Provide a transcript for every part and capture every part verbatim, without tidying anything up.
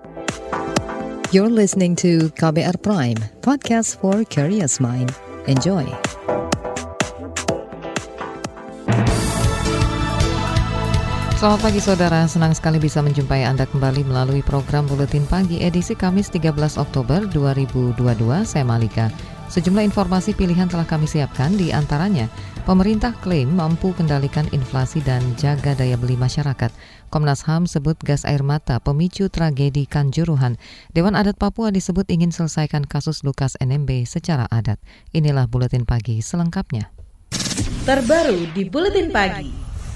You're listening to K B R Prime, podcast for curious mind. Enjoy. Selamat pagi saudara, senang sekali bisa menjumpai Anda kembali melalui program Buletin Pagi edisi Kamis tiga belas Oktober dua ribu dua puluh dua. Saya Malika. Sejumlah informasi pilihan telah kami siapkan, di antaranya pemerintah klaim mampu kendalikan inflasi dan jaga daya beli masyarakat. Komnas H A M sebut gas air mata pemicu tragedi Kanjuruhan. Dewan Adat Papua disebut ingin selesaikan kasus Lukas N M B secara adat. Inilah Buletin Pagi selengkapnya. Terbaru di Buletin Pagi.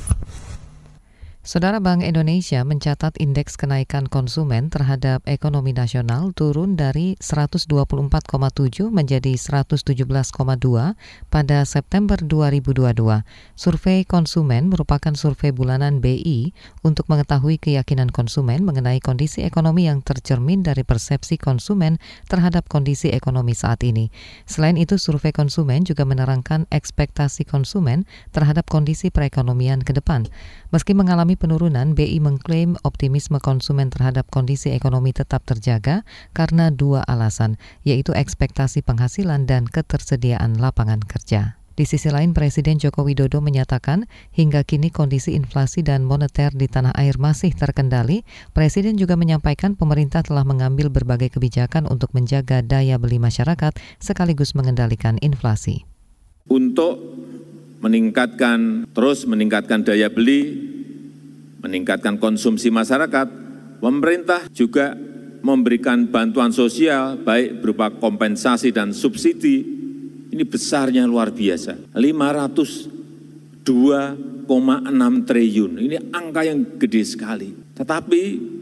Saudara, Bank Indonesia mencatat indeks kenaikan konsumen terhadap ekonomi nasional turun dari seratus dua puluh empat koma tujuh menjadi seratus tujuh belas koma dua pada September dua ribu dua puluh dua. Survei konsumen merupakan survei bulanan B I untuk mengetahui keyakinan konsumen mengenai kondisi ekonomi yang tercermin dari persepsi konsumen terhadap kondisi ekonomi saat ini. Selain itu, survei konsumen juga menerangkan ekspektasi konsumen terhadap kondisi perekonomian ke depan. Meski mengalami penurunan, B I mengklaim optimisme konsumen terhadap kondisi ekonomi tetap terjaga karena dua alasan, yaitu ekspektasi penghasilan dan ketersediaan lapangan kerja. Di sisi lain, Presiden Joko Widodo menyatakan hingga kini kondisi inflasi dan moneter di tanah air masih terkendali. Presiden juga menyampaikan pemerintah telah mengambil berbagai kebijakan untuk menjaga daya beli masyarakat sekaligus mengendalikan inflasi. Untuk meningkatkan, terus meningkatkan daya beli, meningkatkan konsumsi masyarakat, pemerintah juga memberikan bantuan sosial baik berupa kompensasi dan subsidi. Ini besarnya luar biasa, lima ratus dua koma enam triliun. Ini angka yang gede sekali. Tetapi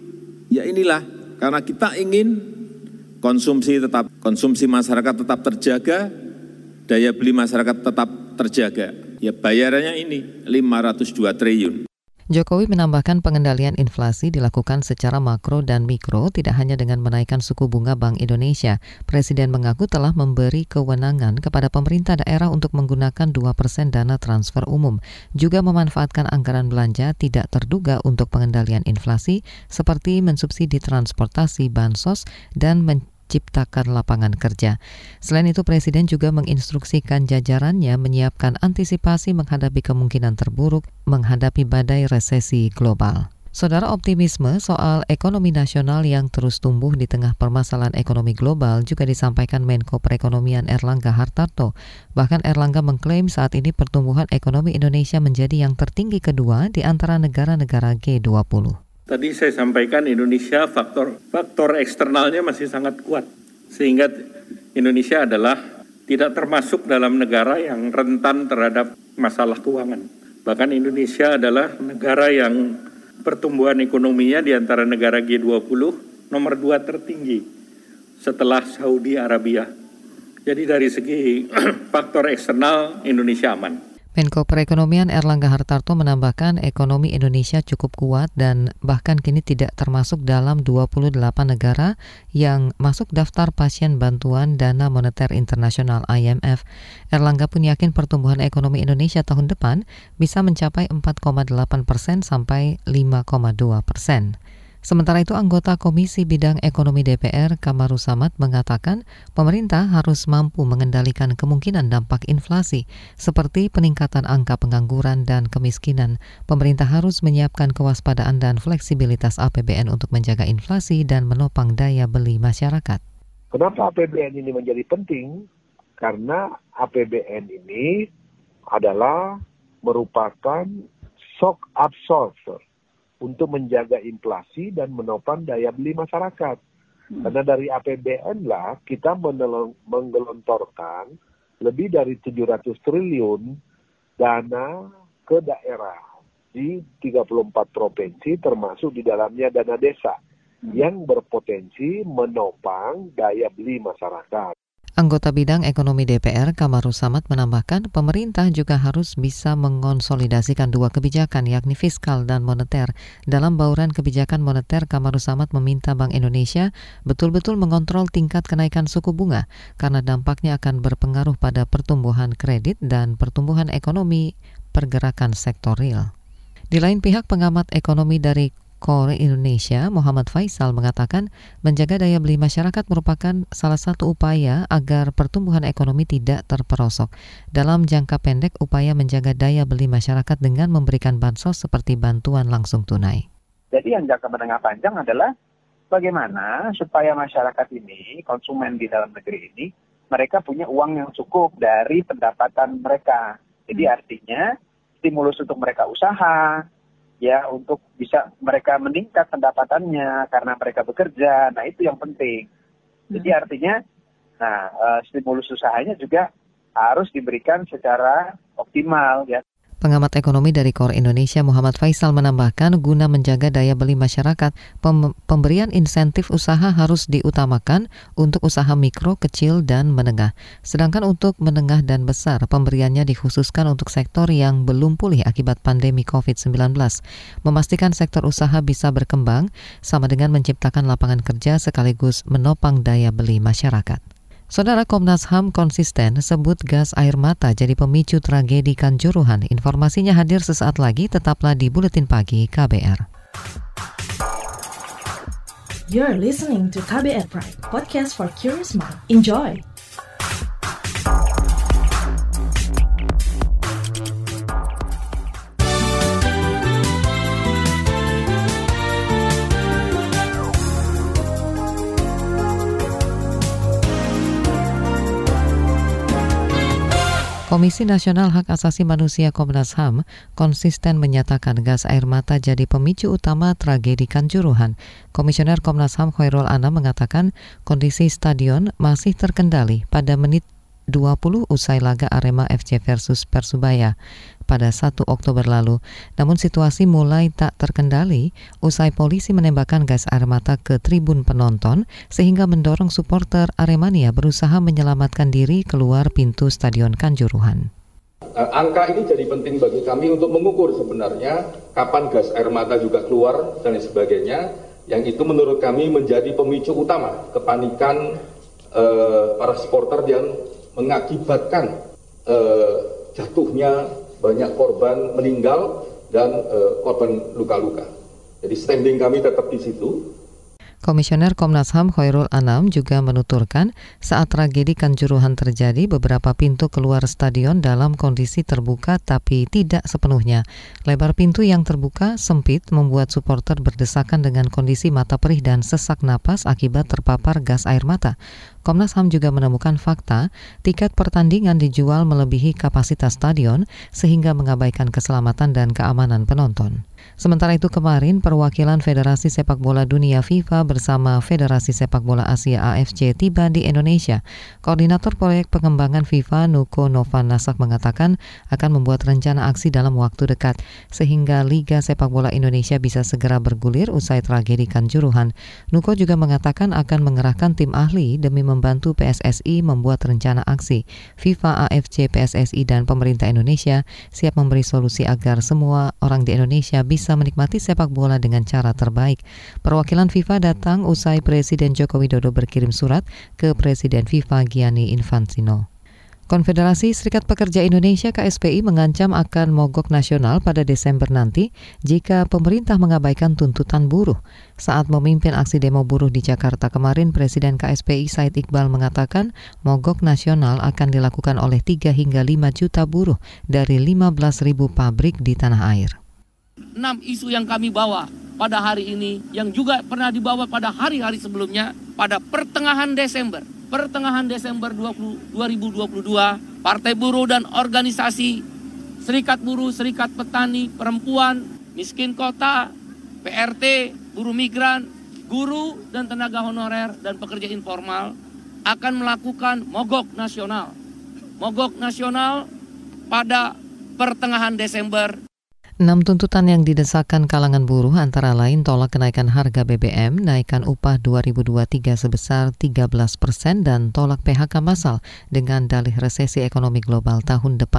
ya inilah, karena kita ingin konsumsi tetap konsumsi masyarakat tetap terjaga, daya beli masyarakat tetap terjaga. Ya bayarannya ini lima ratus dua triliun. Jokowi menambahkan pengendalian inflasi dilakukan secara makro dan mikro, tidak hanya dengan menaikkan suku bunga Bank Indonesia. Presiden mengaku telah memberi kewenangan kepada pemerintah daerah untuk menggunakan dua persen dana transfer umum, juga memanfaatkan anggaran belanja tidak terduga untuk pengendalian inflasi, seperti mensubsidi transportasi, bansos, dan men ciptakan lapangan kerja. Selain itu, Presiden juga menginstruksikan jajarannya menyiapkan antisipasi menghadapi kemungkinan terburuk menghadapi badai resesi global. Saudara, optimisme soal ekonomi nasional yang terus tumbuh di tengah permasalahan ekonomi global juga disampaikan Menko Perekonomian Erlangga Hartarto. Bahkan Erlangga mengklaim saat ini pertumbuhan ekonomi Indonesia menjadi yang tertinggi kedua di antara negara-negara G dua puluh. Tadi saya sampaikan Indonesia faktor faktor eksternalnya masih sangat kuat, sehingga Indonesia adalah tidak termasuk dalam negara yang rentan terhadap masalah keuangan. Bahkan Indonesia adalah negara yang pertumbuhan ekonominya di antara negara G dua puluh nomor dua tertinggi setelah Saudi Arabia. Jadi dari segi faktor eksternal Indonesia aman. Menko Perekonomian Erlangga Hartarto menambahkan ekonomi Indonesia cukup kuat dan bahkan kini tidak termasuk dalam dua puluh delapan negara yang masuk daftar pasien bantuan Dana Moneter Internasional I M F. Erlangga pun yakin pertumbuhan ekonomi Indonesia tahun depan bisa mencapai empat koma delapan persen sampai lima koma dua persen. Sementara itu, anggota Komisi Bidang Ekonomi D P R Kamaru Samad mengatakan pemerintah harus mampu mengendalikan kemungkinan dampak inflasi seperti peningkatan angka pengangguran dan kemiskinan. Pemerintah harus menyiapkan kewaspadaan dan fleksibilitas A P B N untuk menjaga inflasi dan menopang daya beli masyarakat. Kenapa A P B N ini menjadi penting? Karena A P B N ini adalah merupakan shock absorber untuk menjaga inflasi dan menopang daya beli masyarakat. Hmm. Karena dari A P B N lah kita menel- menggelontorkan lebih dari tujuh ratus triliun dana ke daerah di tiga puluh empat provinsi, termasuk di dalamnya dana desa hmm. yang berpotensi menopang daya beli masyarakat. Anggota Bidang Ekonomi D P R Kamaru Samad menambahkan pemerintah juga harus bisa mengonsolidasikan dua kebijakan, yakni fiskal dan moneter. Dalam bauran kebijakan moneter, Kamaru Samad meminta Bank Indonesia betul-betul mengontrol tingkat kenaikan suku bunga karena dampaknya akan berpengaruh pada pertumbuhan kredit dan pertumbuhan ekonomi pergerakan sektor real. Di lain pihak, pengamat ekonomi dari Core Indonesia, Muhammad Faisal, mengatakan menjaga daya beli masyarakat merupakan salah satu upaya agar pertumbuhan ekonomi tidak terperosok. Dalam jangka pendek, upaya menjaga daya beli masyarakat dengan memberikan bansos seperti bantuan langsung tunai. Jadi yang jangka menengah panjang adalah bagaimana supaya masyarakat ini, konsumen di dalam negeri ini, mereka punya uang yang cukup dari pendapatan mereka. Jadi artinya stimulus untuk mereka usaha, ya untuk bisa mereka meningkat pendapatannya karena mereka bekerja. Nah itu yang penting. Jadi artinya, nah stimulus usahanya juga harus diberikan secara optimal ya. Pengamat ekonomi dari Core Indonesia Muhammad Faisal menambahkan guna menjaga daya beli masyarakat, pem- pemberian insentif usaha harus diutamakan untuk usaha mikro, kecil, dan menengah. Sedangkan untuk menengah dan besar, pemberiannya dikhususkan untuk sektor yang belum pulih akibat pandemi covid sembilan belas. Memastikan sektor usaha bisa berkembang sama dengan menciptakan lapangan kerja sekaligus menopang daya beli masyarakat. Saudara, Komnas H A M konsisten sebut gas air mata jadi pemicu tragedi Kanjuruhan. Informasinya hadir sesaat lagi, tetaplah di Buletin Pagi K B R. You're listening to K B R Prime, podcast for curious mind. Enjoy! Komisi Nasional Hak Asasi Manusia Komnas H A M konsisten menyatakan gas air mata jadi pemicu utama tragedi Kanjuruhan. Komisioner Komnas H A M Khairul Anam mengatakan kondisi stadion masih terkendali pada menit dua puluh usai laga Arema F C versus Persebaya pada satu Oktober lalu. Namun situasi mulai tak terkendali usai polisi menembakkan gas air mata ke tribun penonton sehingga mendorong supporter Aremania berusaha menyelamatkan diri keluar pintu Stadion Kanjuruhan. Angka ini jadi penting bagi kami untuk mengukur sebenarnya kapan gas air mata juga keluar dan sebagainya, yang itu menurut kami menjadi pemicu utama kepanikan eh, para supporter yang mengakibatkan eh, jatuhnya banyak korban meninggal dan uh, korban luka-luka. Jadi standing kami tetap di situ. Komisioner Komnas H A M Khairul Anam juga menuturkan saat tragedi Kanjuruhan terjadi, beberapa pintu keluar stadion dalam kondisi terbuka tapi tidak sepenuhnya. Lebar pintu yang terbuka sempit membuat supporter berdesakan dengan kondisi mata perih dan sesak napas akibat terpapar gas air mata. Komnas H A M juga menemukan fakta tiket pertandingan dijual melebihi kapasitas stadion sehingga mengabaikan keselamatan dan keamanan penonton. Sementara itu kemarin perwakilan Federasi Sepak Bola Dunia FIFA bersama Federasi Sepak Bola Asia A F C tiba di Indonesia. Koordinator proyek pengembangan FIFA Nuko Nova Nasak mengatakan akan membuat rencana aksi dalam waktu dekat sehingga Liga Sepak Bola Indonesia bisa segera bergulir usai tragedi Kanjuruhan. Nuko juga mengatakan akan mengerahkan tim ahli demi membantu P S S I membuat rencana aksi. FIFA, A F C, P S S I, dan pemerintah Indonesia siap memberi solusi agar semua orang di Indonesia bisa bisa menikmati sepak bola dengan cara terbaik. Perwakilan FIFA datang usai Presiden Joko Widodo berkirim surat ke Presiden FIFA Gianni Infantino. Konfederasi Serikat Pekerja Indonesia K S P I mengancam akan mogok nasional pada Desember nanti jika pemerintah mengabaikan tuntutan buruh. Saat memimpin aksi demo buruh di Jakarta kemarin, Presiden K S P I Said Iqbal mengatakan mogok nasional akan dilakukan oleh tiga hingga lima juta buruh dari lima belas ribu pabrik di tanah air. Enam isu yang kami bawa pada hari ini, yang juga pernah dibawa pada hari-hari sebelumnya, pada pertengahan Desember. Pertengahan Desember dua ribu dua puluh dua, Partai Buruh dan organisasi Serikat Buruh, Serikat Petani, Perempuan, Miskin Kota, P R T, Buruh Migran, Guru dan Tenaga Honorer dan Pekerja Informal akan melakukan mogok nasional. Mogok nasional pada pertengahan Desember. Enam tuntutan yang didesakkan kalangan buruh antara lain tolak kenaikan harga B B M, naikkan upah dua ribu dua puluh tiga sebesar tiga belas persen, dan tolak P H K massal dengan dalih resesi ekonomi global tahun depan.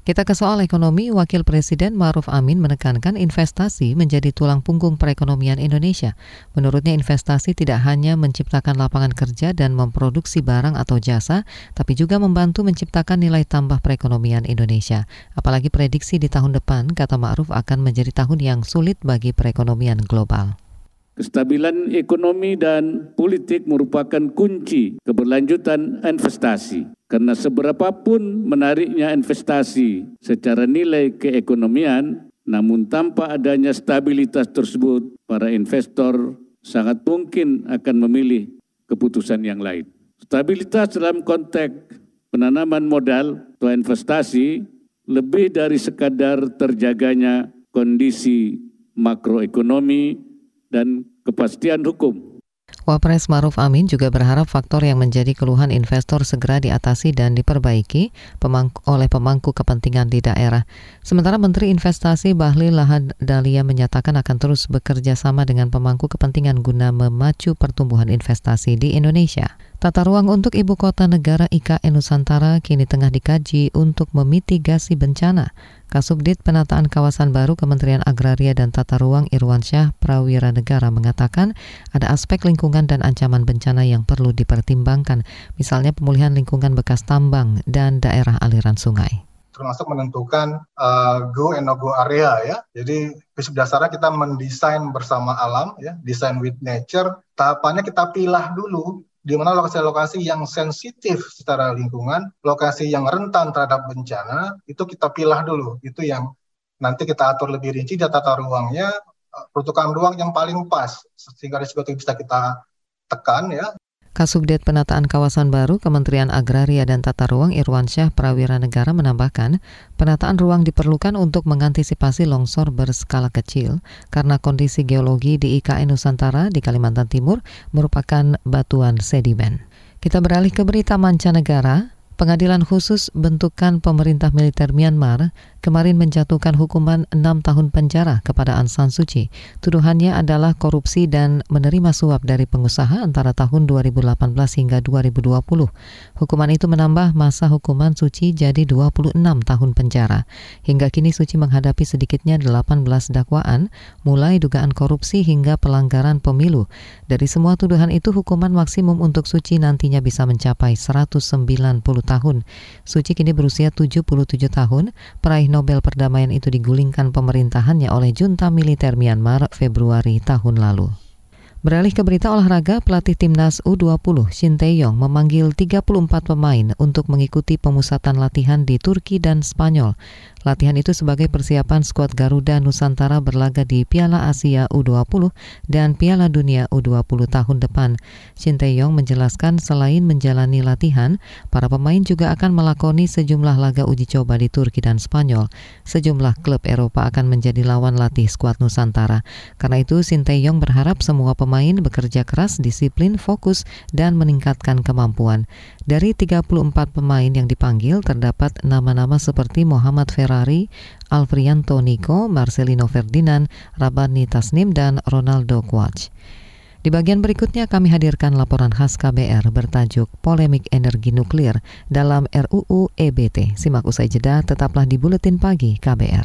Kita ke soal ekonomi, Wakil Presiden Ma'ruf Amin menekankan investasi menjadi tulang punggung perekonomian Indonesia. Menurutnya investasi tidak hanya menciptakan lapangan kerja dan memproduksi barang atau jasa, tapi juga membantu menciptakan nilai tambah perekonomian Indonesia. Apalagi prediksi di tahun depan, kata Ma'ruf, akan menjadi tahun yang sulit bagi perekonomian global. Kestabilan ekonomi dan politik merupakan kunci keberlanjutan investasi. Karena seberapapun menariknya investasi secara nilai keekonomian, namun tanpa adanya stabilitas tersebut, para investor sangat mungkin akan memilih keputusan yang lain. Stabilitas dalam konteks penanaman modal atau investasi lebih dari sekadar terjaganya kondisi makroekonomi dan kepastian hukum. Wapres Ma'ruf Amin juga berharap faktor yang menjadi keluhan investor segera diatasi dan diperbaiki pemangku, oleh pemangku kepentingan di daerah. Sementara Menteri Investasi Bahlil Lahadalia menyatakan akan terus bekerja sama dengan pemangku kepentingan guna memacu pertumbuhan investasi di Indonesia. Tata ruang untuk Ibu Kota Negara I K N Nusantara kini tengah dikaji untuk memitigasi bencana. Kasubdit Penataan Kawasan Baru Kementerian Agraria dan Tata Ruang Irwansyah Prawiranegara mengatakan ada aspek lingkungan dan ancaman bencana yang perlu dipertimbangkan, misalnya pemulihan lingkungan bekas tambang dan daerah aliran sungai. Termasuk menentukan uh, go and no go area ya. Jadi prinsip dasarnya kita mendesain bersama alam ya, design with nature. Tahapannya kita pilah dulu di mana lokasi-lokasi yang sensitif secara lingkungan, lokasi yang rentan terhadap bencana, itu kita pilah dulu. Itu yang nanti kita atur lebih rinci di tata ruangnya, peruntukan ruang yang paling pas, sehingga risiko itu bisa kita tekan ya. Kasubdit Penataan Kawasan Baru Kementerian Agraria dan Tata Ruang Irwansyah Prawiranegara menambahkan, penataan ruang diperlukan untuk mengantisipasi longsor berskala kecil karena kondisi geologi di I K N Nusantara di Kalimantan Timur merupakan batuan sedimen. Kita beralih ke berita mancanegara. Pengadilan khusus bentukan pemerintah militer Myanmar kemarin menjatuhkan hukuman enam tahun penjara kepada Aung San Suu Kyi. Tuduhannya adalah korupsi dan menerima suap dari pengusaha antara tahun dua ribu delapan belas hingga dua ribu dua puluh. Hukuman itu menambah masa hukuman Suu Kyi jadi dua puluh enam tahun penjara. Hingga kini Suu Kyi menghadapi sedikitnya delapan belas dakwaan, mulai dugaan korupsi hingga pelanggaran pemilu. Dari semua tuduhan itu, hukuman maksimum untuk Suu Kyi nantinya bisa mencapai seratus sembilan puluh tahun. Suu Kyi kini berusia tujuh puluh tujuh tahun. Peraih Nobel Perdamaian itu digulingkan pemerintahannya oleh junta militer Myanmar Februari tahun lalu. Beralih ke berita olahraga, pelatih timnas U dua puluh Shin Tae-yong memanggil tiga puluh empat pemain untuk mengikuti pemusatan latihan di Turki dan Spanyol. Latihan itu sebagai persiapan skuad Garuda Nusantara berlaga di Piala Asia U dua puluh dan Piala Dunia U dua puluh tahun depan. Shin Tae-yong menjelaskan selain menjalani latihan, para pemain juga akan melakoni sejumlah laga uji coba di Turki dan Spanyol. Sejumlah klub Eropa akan menjadi lawan latih skuad Nusantara. Karena itu, Shin Tae-yong berharap semua pemain bekerja keras, disiplin, fokus, dan meningkatkan kemampuan. Dari tiga puluh empat pemain yang dipanggil, terdapat nama-nama seperti Muhammad Ferrari, Alfrianto Nico, Marcelino Ferdinand, Rabani Tasnim, dan Ronaldo Quach. Di bagian berikutnya kami hadirkan laporan khas K B R bertajuk Polemik Energi Nuklir dalam R U U E B T. Simak usai jeda, tetaplah di Buletin Pagi K B R.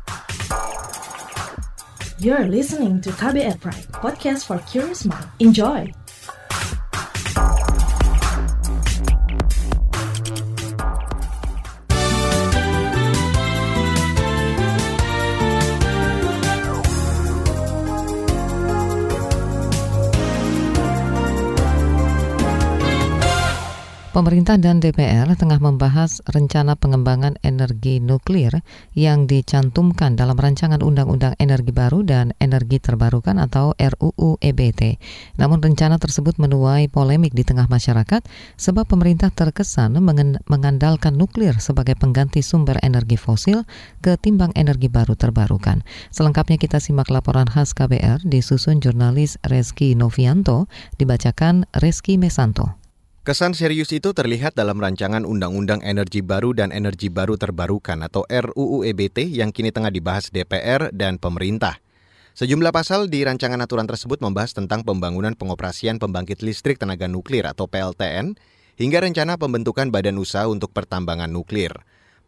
You're listening to K B R Pride, podcast for curious mind. Enjoy! Pemerintah dan D P R tengah membahas rencana pengembangan energi nuklir yang dicantumkan dalam Rancangan Undang-Undang Energi Baru dan Energi Terbarukan atau R U U E B T. Namun rencana tersebut menuai polemik di tengah masyarakat sebab pemerintah terkesan mengandalkan nuklir sebagai pengganti sumber energi fosil ketimbang energi baru terbarukan. Selengkapnya kita simak laporan khas K B R disusun jurnalis Reski Novianto, dibacakan Reski Mesanto. Kesan serius itu terlihat dalam Rancangan Undang-Undang Energi Baru dan Energi Baru Terbarukan atau R U U E B T yang kini tengah dibahas D P R dan pemerintah. Sejumlah pasal di rancangan aturan tersebut membahas tentang pembangunan pengoperasian pembangkit listrik tenaga nuklir atau P L T N hingga rencana pembentukan badan usaha untuk pertambangan nuklir.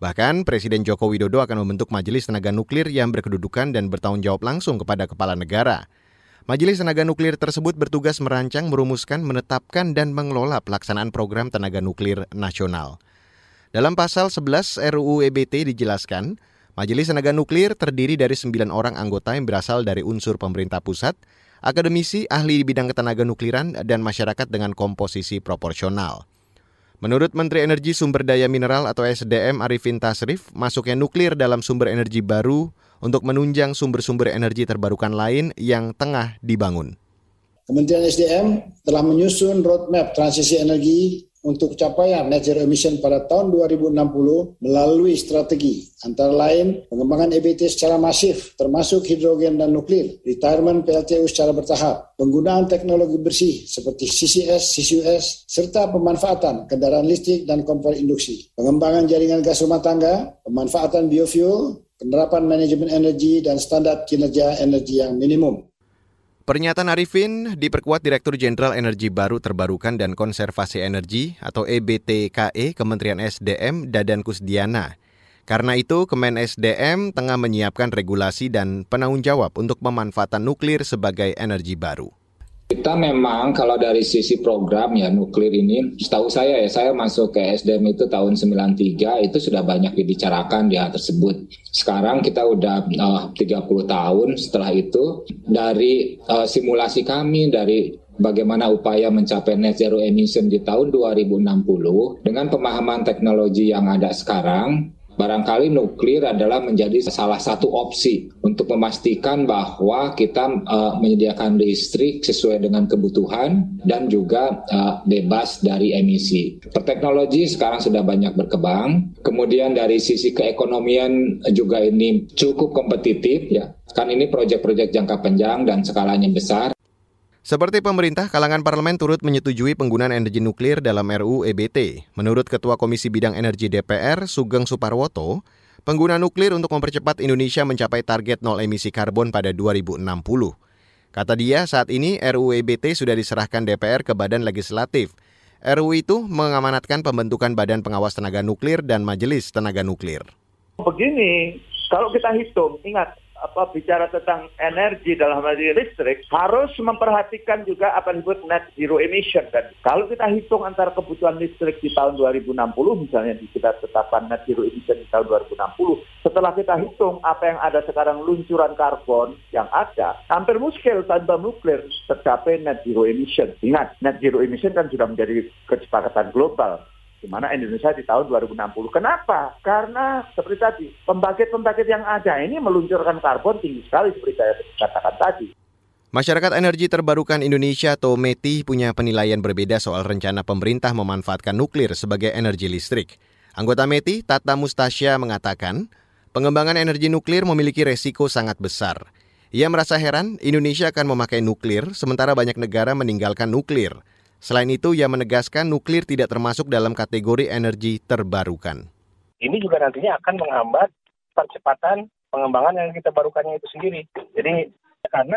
Bahkan Presiden Joko Widodo akan membentuk Majelis Tenaga Nuklir yang berkedudukan dan bertanggung jawab langsung kepada kepala negara. Majelis Tenaga Nuklir tersebut bertugas merancang, merumuskan, menetapkan, dan mengelola pelaksanaan program tenaga nuklir nasional. Dalam pasal sebelas R U U E B T dijelaskan, Majelis Tenaga Nuklir terdiri dari sembilan orang anggota yang berasal dari unsur pemerintah pusat, akademisi, ahli di bidang ketenaga nukliran, dan masyarakat dengan komposisi proporsional. Menurut Menteri Energi Sumber Daya Mineral atau S D M Arifin Tasrif, masuknya nuklir dalam sumber energi baru untuk menunjang sumber-sumber energi terbarukan lain yang tengah dibangun. Kementerian S D M telah menyusun roadmap transisi energi untuk capaian net zero emission pada tahun dua ribu enam puluh melalui strategi antara lain pengembangan E B T secara masif termasuk hidrogen dan nuklir, retirement P L T U secara bertahap, penggunaan teknologi bersih seperti C C S, C C U S, serta pemanfaatan kendaraan listrik dan kompor induksi, pengembangan jaringan gas rumah tangga, pemanfaatan biofuel, penerapan manajemen energi dan standar kinerja energi yang minimum. Pernyataan Arifin diperkuat Direktur Jenderal Energi Baru Terbarukan dan Konservasi Energi atau E B T K E Kementerian S D M Dadan Kusdiana. Karena itu, Kemen S D M tengah menyiapkan regulasi dan penanggung jawab untuk pemanfaatan nuklir sebagai energi baru. Kita memang kalau dari sisi program ya nuklir ini, setahu saya ya, saya masuk ke S D M itu tahun sembilan tiga, itu sudah banyak dibicarakan di hal tersebut. Sekarang kita udah uh, tiga puluh tahun setelah itu, dari uh, simulasi kami, dari bagaimana upaya mencapai net zero emission di tahun dua ribu enam puluh, dengan pemahaman teknologi yang ada sekarang, barangkali nuklir adalah menjadi salah satu opsi untuk memastikan bahwa kita uh, menyediakan listrik sesuai dengan kebutuhan dan juga uh, bebas dari emisi. Teknologi sekarang sudah banyak berkembang. Kemudian dari sisi keekonomian juga ini cukup kompetitif ya. Kan ini proyek-proyek jangka panjang dan skalanya besar. Seperti pemerintah, kalangan parlemen turut menyetujui penggunaan energi nuklir dalam R U U E B T. Menurut Ketua Komisi Bidang Energi D P R, Sugeng Suparwoto, penggunaan nuklir untuk mempercepat Indonesia mencapai target nol emisi karbon pada dua ribu enam puluh. Kata dia, saat ini R U U E B T sudah diserahkan D P R ke Badan Legislatif. R U U itu mengamanatkan pembentukan Badan Pengawas Tenaga Nuklir dan Majelis Tenaga Nuklir. Begini, kalau kita hitung, ingat, apa bicara tentang energi dalam hal ini listrik harus memperhatikan juga apa yang disebut net zero emission kan. Kalau kita hitung antara kebutuhan listrik di tahun dua ribu enam puluh misalnya kita tetapkan net zero emission di tahun dua ribu enam puluh, setelah kita hitung apa yang ada sekarang luncuran karbon yang ada, hampir muskil tanpa nuklir tercapai net zero emission. Ingat, net zero emission kan sudah menjadi kesepakatan global, di mana Indonesia di tahun dua ribu enam puluh. Kenapa? Karena seperti tadi, pembangkit-pembangkit yang ada ini meluncurkan karbon tinggi sekali seperti saya katakan tadi. Masyarakat Energi Terbarukan Indonesia atau M E T I punya penilaian berbeda soal rencana pemerintah memanfaatkan nuklir sebagai energi listrik. Anggota M E T I, Tata Mustasya, mengatakan, pengembangan energi nuklir memiliki resiko sangat besar. Ia merasa heran Indonesia akan memakai nuklir, sementara banyak negara meninggalkan nuklir. Selain itu, ia menegaskan nuklir tidak termasuk dalam kategori energi terbarukan. Ini juga nantinya akan menghambat percepatan pengembangan energi terbarukannya itu sendiri. Jadi karena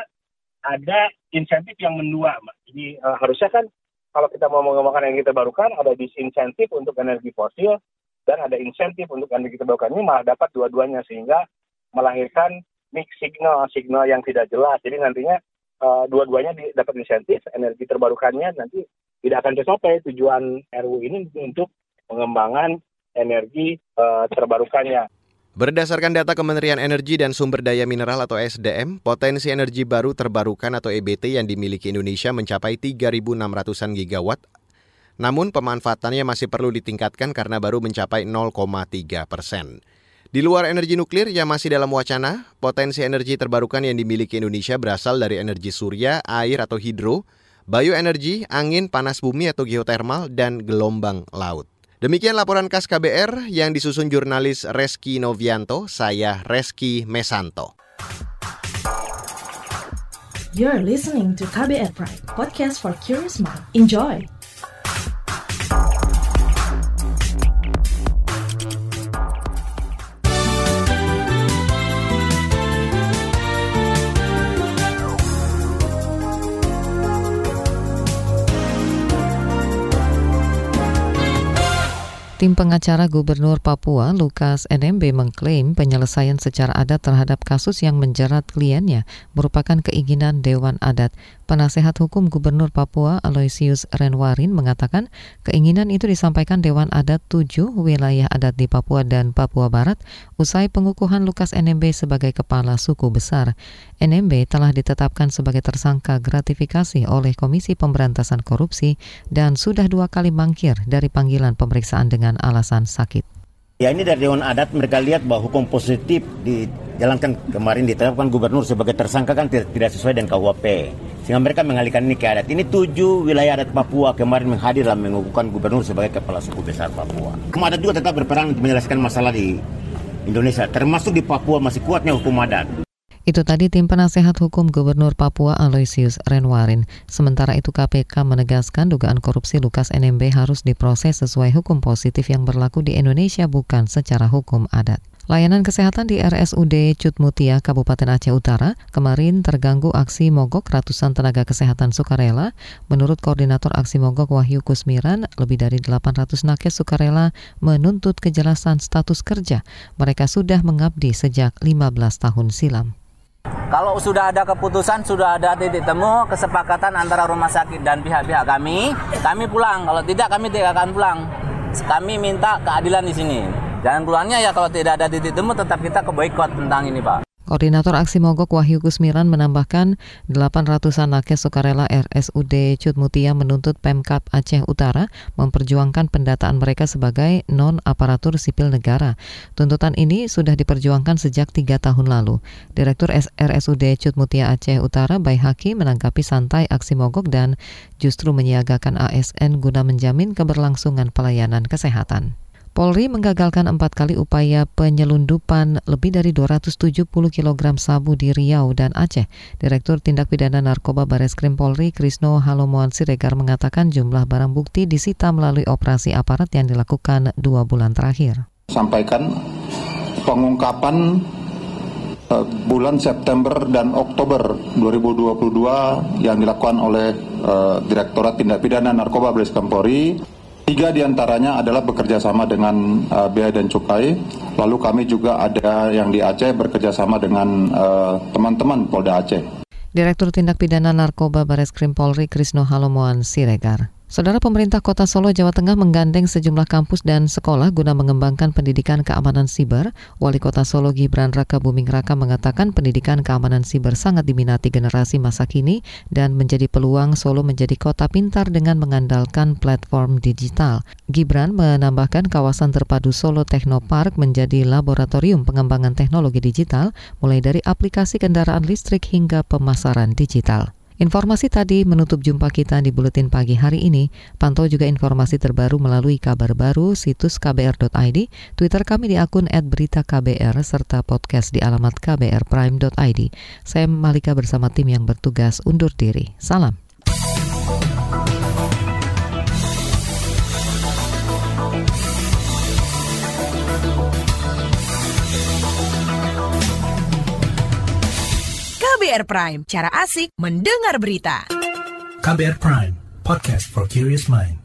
ada insentif yang mendua, Mbak. Jadi uh, harusnya kan kalau kita mau mengembangkan energi terbarukan, ada disinsentif untuk energi fosil dan ada insentif untuk energi terbarukan. Ini malah dapat dua-duanya sehingga melahirkan mix signal, signal yang tidak jelas. Jadi nantinya Uh, dua-duanya dapat insentif, energi terbarukannya nanti tidak akan tercapai tujuan R U U ini untuk pengembangan energi uh, terbarukannya. Berdasarkan data Kementerian Energi dan Sumber Daya Mineral atau S D M, potensi energi baru terbarukan atau E B T yang dimiliki Indonesia mencapai tiga ribu enam ratusan gigawatt. Namun pemanfaatannya masih perlu ditingkatkan karena baru mencapai nol koma tiga persen. Di luar energi nuklir yang masih dalam wacana, potensi energi terbarukan yang dimiliki Indonesia berasal dari energi surya, air atau hidro, bioenergi, angin, panas bumi atau geotermal, dan gelombang laut. Demikian laporan khas K B R yang disusun jurnalis Reski Novianto, saya Reski Mesanto. You're listening to K B R Prime, podcast for curious mind. Enjoy! Tim pengacara Gubernur Papua, Lukas N M B, mengklaim penyelesaian secara adat terhadap kasus yang menjerat kliennya merupakan keinginan Dewan Adat. Penasehat Hukum Gubernur Papua, Aloysius Renwarin, mengatakan keinginan itu disampaikan Dewan Adat tujuh wilayah adat di Papua dan Papua Barat usai pengukuhan Lukas N M B sebagai kepala suku besar. N M B telah ditetapkan sebagai tersangka gratifikasi oleh Komisi Pemberantasan Korupsi dan sudah dua kali mangkir dari panggilan pemeriksaan dengan alasan sakit. Ya, ini dari Dewan Adat mereka lihat bahwa hukum positif dijalankan kemarin ditetapkan gubernur sebagai tersangka kan tidak, tidak sesuai dengan K U H P. Sehingga mereka mengalihkan ini ke adat. Ini tujuh wilayah adat Papua kemarin menghadir dalam mengukuhkan gubernur sebagai kepala suku besar Papua. Hukum adat juga tetap berperan untuk menyelesaikan masalah di Indonesia, termasuk di Papua masih kuatnya hukum adat. Itu tadi tim penasehat hukum Gubernur Papua, Aloysius Renwarin. Sementara itu K P K menegaskan dugaan korupsi Lukas N M B harus diproses sesuai hukum positif yang berlaku di Indonesia, bukan secara hukum adat. Layanan kesehatan di R S U D Cutmutia, Kabupaten Aceh Utara, kemarin terganggu aksi mogok ratusan tenaga kesehatan sukarela. Menurut Koordinator Aksi Mogok Wahyu Kusmiran, lebih dari delapan ratus nakes sukarela menuntut kejelasan status kerja. Mereka sudah mengabdi sejak lima belas tahun silam. Kalau sudah ada keputusan, sudah ada titik temu, kesepakatan antara rumah sakit dan pihak-pihak kami, kami pulang. Kalau tidak, kami tidak akan pulang. Kami minta keadilan di sini. Jalan keluarnya ya kalau tidak ada titik temu, tetap kita ke boikot tentang ini, Pak. Koordinator Aksi Mogok Wahyu Kusmiran menambahkan delapan ratusan nakes sukarela R S U D Cutmutia menuntut Pemkab Aceh Utara memperjuangkan pendataan mereka sebagai non-aparatur sipil negara. Tuntutan ini sudah diperjuangkan sejak tiga tahun lalu. Direktur R S U D Cutmutia Aceh Utara, Baihaki, menanggapi santai aksi mogok dan justru menyiagakan A S N guna menjamin keberlangsungan pelayanan kesehatan. Polri menggagalkan empat kali upaya penyelundupan lebih dari dua ratus tujuh puluh kilogram sabu di Riau dan Aceh. Direktur Tindak Pidana Narkoba Bareskrim Polri, Krisno Halomoan Siregar, mengatakan jumlah barang bukti disita melalui operasi aparat yang dilakukan dua bulan terakhir. Sampaikan pengungkapan uh, bulan September dan Oktober dua ribu dua puluh dua yang dilakukan oleh uh, Direktorat Tindak Pidana Narkoba Bareskrim Polri. Tiga diantaranya adalah bekerja sama dengan uh, Bea dan Cukai, lalu kami juga ada yang di Aceh bekerja sama dengan uh, teman-teman Polda Aceh. Direktur Tindak Pidana Narkoba Bareskrim Polri, Krisno Halomoan Siregar. Saudara, pemerintah Kota Solo, Jawa Tengah menggandeng sejumlah kampus dan sekolah guna mengembangkan pendidikan keamanan siber. Wali Kota Solo Gibran Raka Buming Raka mengatakan pendidikan keamanan siber sangat diminati generasi masa kini dan menjadi peluang Solo menjadi kota pintar dengan mengandalkan platform digital. Gibran menambahkan kawasan terpadu Solo Technopark menjadi laboratorium pengembangan teknologi digital, mulai dari aplikasi kendaraan listrik hingga pemasaran digital. Informasi tadi menutup jumpa kita di Buletin Pagi hari ini. Pantau juga informasi terbaru melalui kabar baru, situs k b r dot i d, Twitter kami di akun et berita k b r, serta podcast di alamat k b r prime dot i d. Saya Malika bersama tim yang bertugas undur diri. Salam. K B R Prime, cara asik mendengar berita. K B R Prime, podcast for curious mind.